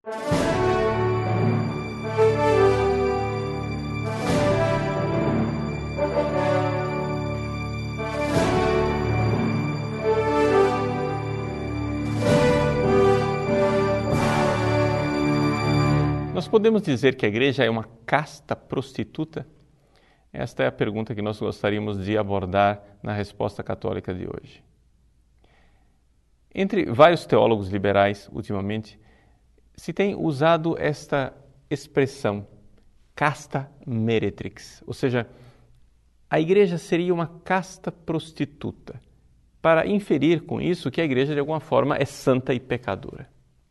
Nós podemos dizer que a igreja é uma casta prostituta? Esta é a pergunta que nós gostaríamos de abordar na resposta católica de hoje. Entre vários teólogos liberais, ultimamente, se tem usado esta expressão, casta meretrix, ou seja, a igreja seria uma casta prostituta, para inferir com isso que a igreja de alguma forma é santa e pecadora.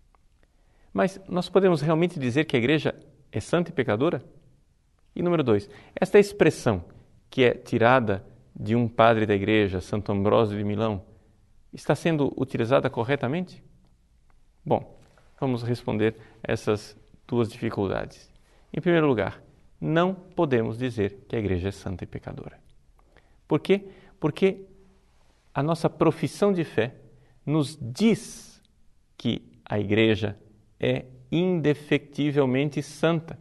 Mas nós podemos realmente dizer que a igreja é santa e pecadora? E número 2, esta expressão que é tirada de um padre da igreja, Santo Ambrósio de Milão, está sendo utilizada corretamente? Bom, vamos responder essas duas dificuldades. Em primeiro lugar, não podemos dizer que a igreja é santa e pecadora. Por quê? Porque a nossa profissão de fé nos diz que a igreja é indefectivelmente santa.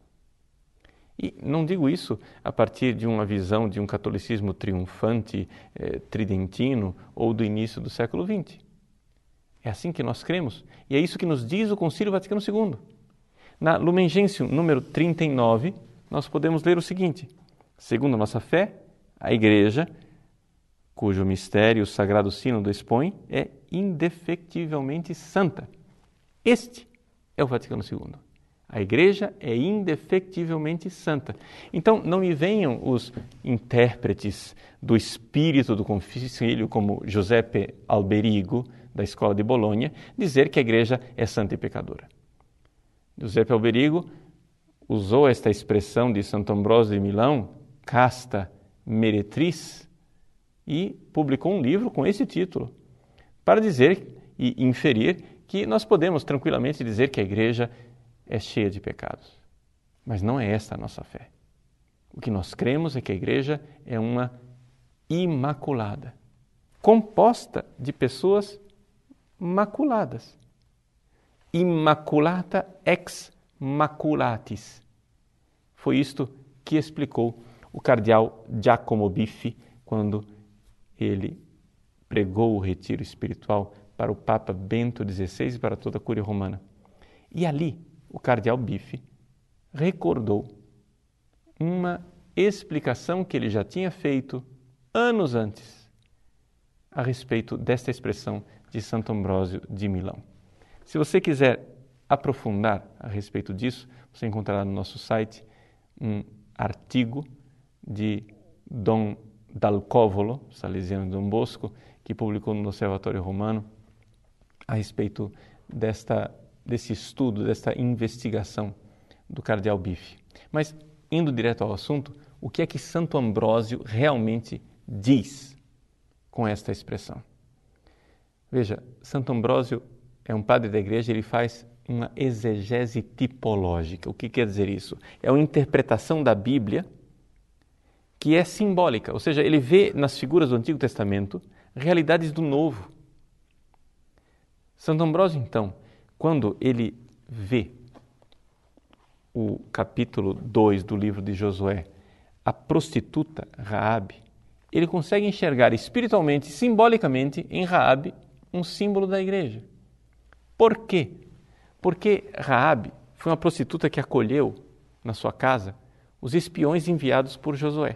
E não digo isso a partir de uma visão de um catolicismo triunfante, tridentino ou do início do século XX. É assim que nós cremos e é isso que nos diz o Concílio Vaticano II. Na Lumen Gentium número 39, nós podemos ler o seguinte: segundo a nossa fé, a igreja, cujo mistério o Sagrado Sínodo expõe, é indefectivelmente santa. Este é o Vaticano II. A igreja é indefectivelmente santa. Então, não me venham os intérpretes do espírito do concílio, como Giuseppe Alberigo, da Escola de Bolonha, dizer que a igreja é santa e pecadora. Giuseppe Alberigo usou esta expressão de Santo Ambrósio de Milão, casta meretriz, e publicou um livro com esse título, para dizer e inferir que nós podemos tranquilamente dizer que a igreja é cheia de pecados. Mas não é esta a nossa fé. O que nós cremos é que a igreja é uma imaculada, composta de pessoas maculadas. Immaculata ex maculatis. Foi isto que explicou o cardeal Giacomo Biffi quando ele pregou o retiro espiritual para o Papa Bento XVI e para toda a Cúria Romana. E ali, o cardeal Biffi recordou uma explicação que ele já tinha feito anos antes a respeito desta expressão de Santo Ambrósio de Milão. Se você quiser aprofundar a respeito disso, você encontrará no nosso site um artigo de Dom Dalcovolo, salesiano de Dom Bosco, que publicou no Observatório Romano a respeito desse estudo, desta investigação do cardeal Biffi. Mas, indo direto ao assunto, o que é que Santo Ambrósio realmente diz com esta expressão? Veja, Santo Ambrósio é um padre da igreja, ele faz uma exegese tipológica. O que quer dizer isso? É uma interpretação da Bíblia que é simbólica, ou seja, ele vê nas figuras do Antigo Testamento realidades do Novo. Santo Ambrósio, então, quando ele vê o capítulo 2 do livro de Josué, a prostituta Raabe, ele consegue enxergar espiritualmente, simbolicamente, em Raabe, um símbolo da igreja. Por quê? Porque Raabe foi uma prostituta que acolheu na sua casa os espiões enviados por Josué.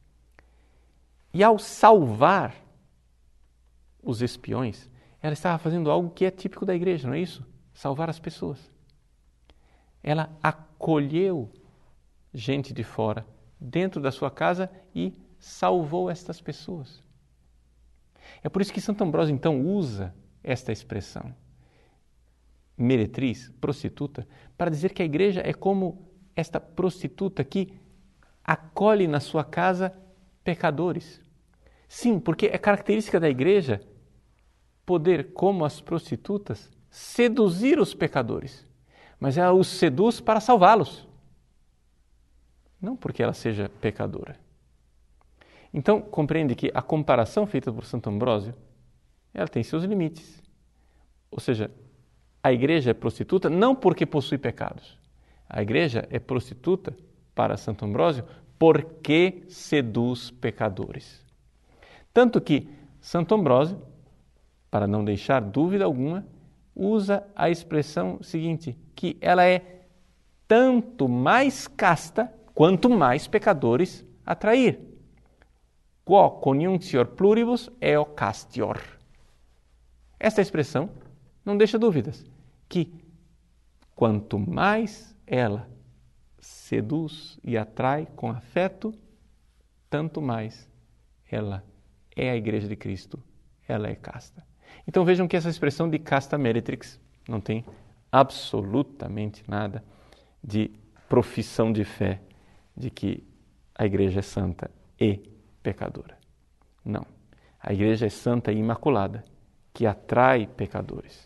E ao salvar os espiões, ela estava fazendo algo que é típico da igreja, não é isso? Salvar as pessoas. Ela acolheu gente de fora dentro da sua casa e salvou estas pessoas. É por isso que Santo Ambrósio, então, usa esta expressão, meretriz, prostituta, para dizer que a igreja é como esta prostituta que acolhe na sua casa pecadores. Sim, porque é característica da igreja poder, como as prostitutas, seduzir os pecadores. Mas ela os seduz para salvá-los. Não porque ela seja pecadora. Então, compreende que a comparação feita por Santo Ambrósio, ela tem seus limites. Ou seja, A igreja é prostituta não porque possui pecados. A igreja é prostituta, para Santo Ambrósio, porque seduz pecadores. Tanto que Santo Ambrósio, para não deixar dúvida alguma, usa a expressão seguinte, que ela é tanto mais casta, quanto mais pecadores atrair. Quo conjunctior pluribus eo castior. Esta expressão não deixa dúvidas, que quanto mais ela seduz e atrai com afeto, tanto mais ela é a Igreja de Cristo, ela é casta. Então vejam que essa expressão de casta meretrix não tem absolutamente nada de profissão de fé de que a Igreja é santa e pecadora. Não. A Igreja é santa e imaculada, que atrai pecadores.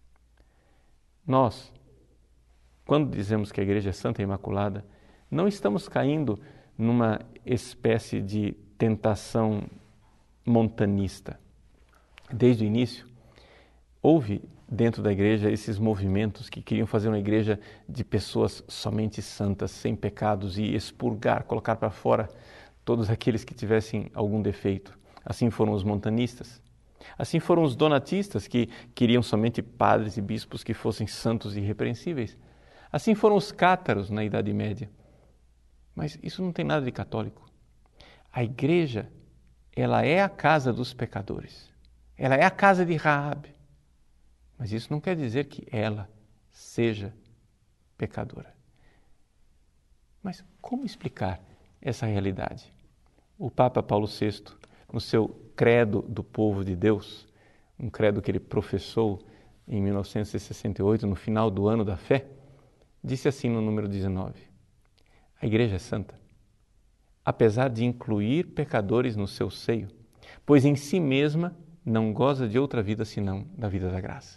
Nós, quando dizemos que a Igreja é santa e imaculada, não estamos caindo numa espécie de tentação montanista. Desde o início, houve dentro da igreja esses movimentos que queriam fazer uma igreja de pessoas somente santas, sem pecados, e expurgar, colocar para fora todos aqueles que tivessem algum defeito. Assim foram os montanistas. Assim foram os donatistas, que queriam somente padres e bispos que fossem santos e irrepreensíveis. Assim foram os cátaros na Idade Média. Mas isso não tem nada de católico. A igreja, ela é a casa dos pecadores. Ela é a casa de Raabe. Mas isso não quer dizer que ela seja pecadora. Mas como explicar essa realidade? O Papa Paulo VI, no seu Credo do Povo de Deus, um credo que ele professou em 1968, no final do ano da fé, disse assim no número 19: a Igreja é santa, apesar de incluir pecadores no seu seio, pois em si mesma não goza de outra vida senão da vida da graça.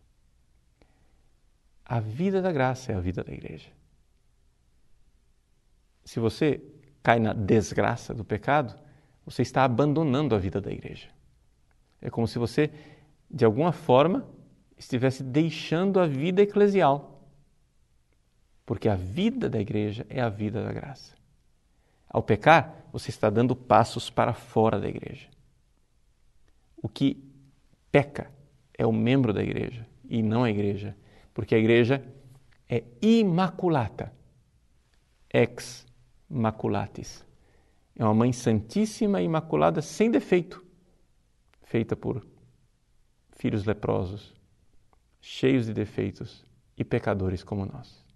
A vida da graça é a vida da Igreja. Se você cai na desgraça do pecado, você está abandonando a vida da Igreja. É como se você, de alguma forma, estivesse deixando a vida eclesial. Porque a vida da Igreja é a vida da graça. Ao pecar, você está dando passos para fora da Igreja. O que peca é o membro da Igreja e não a Igreja, porque a Igreja é imaculata, ex maculatis. É uma mãe santíssima e imaculada sem defeito, feita por filhos leprosos, cheios de defeitos e pecadores como nós.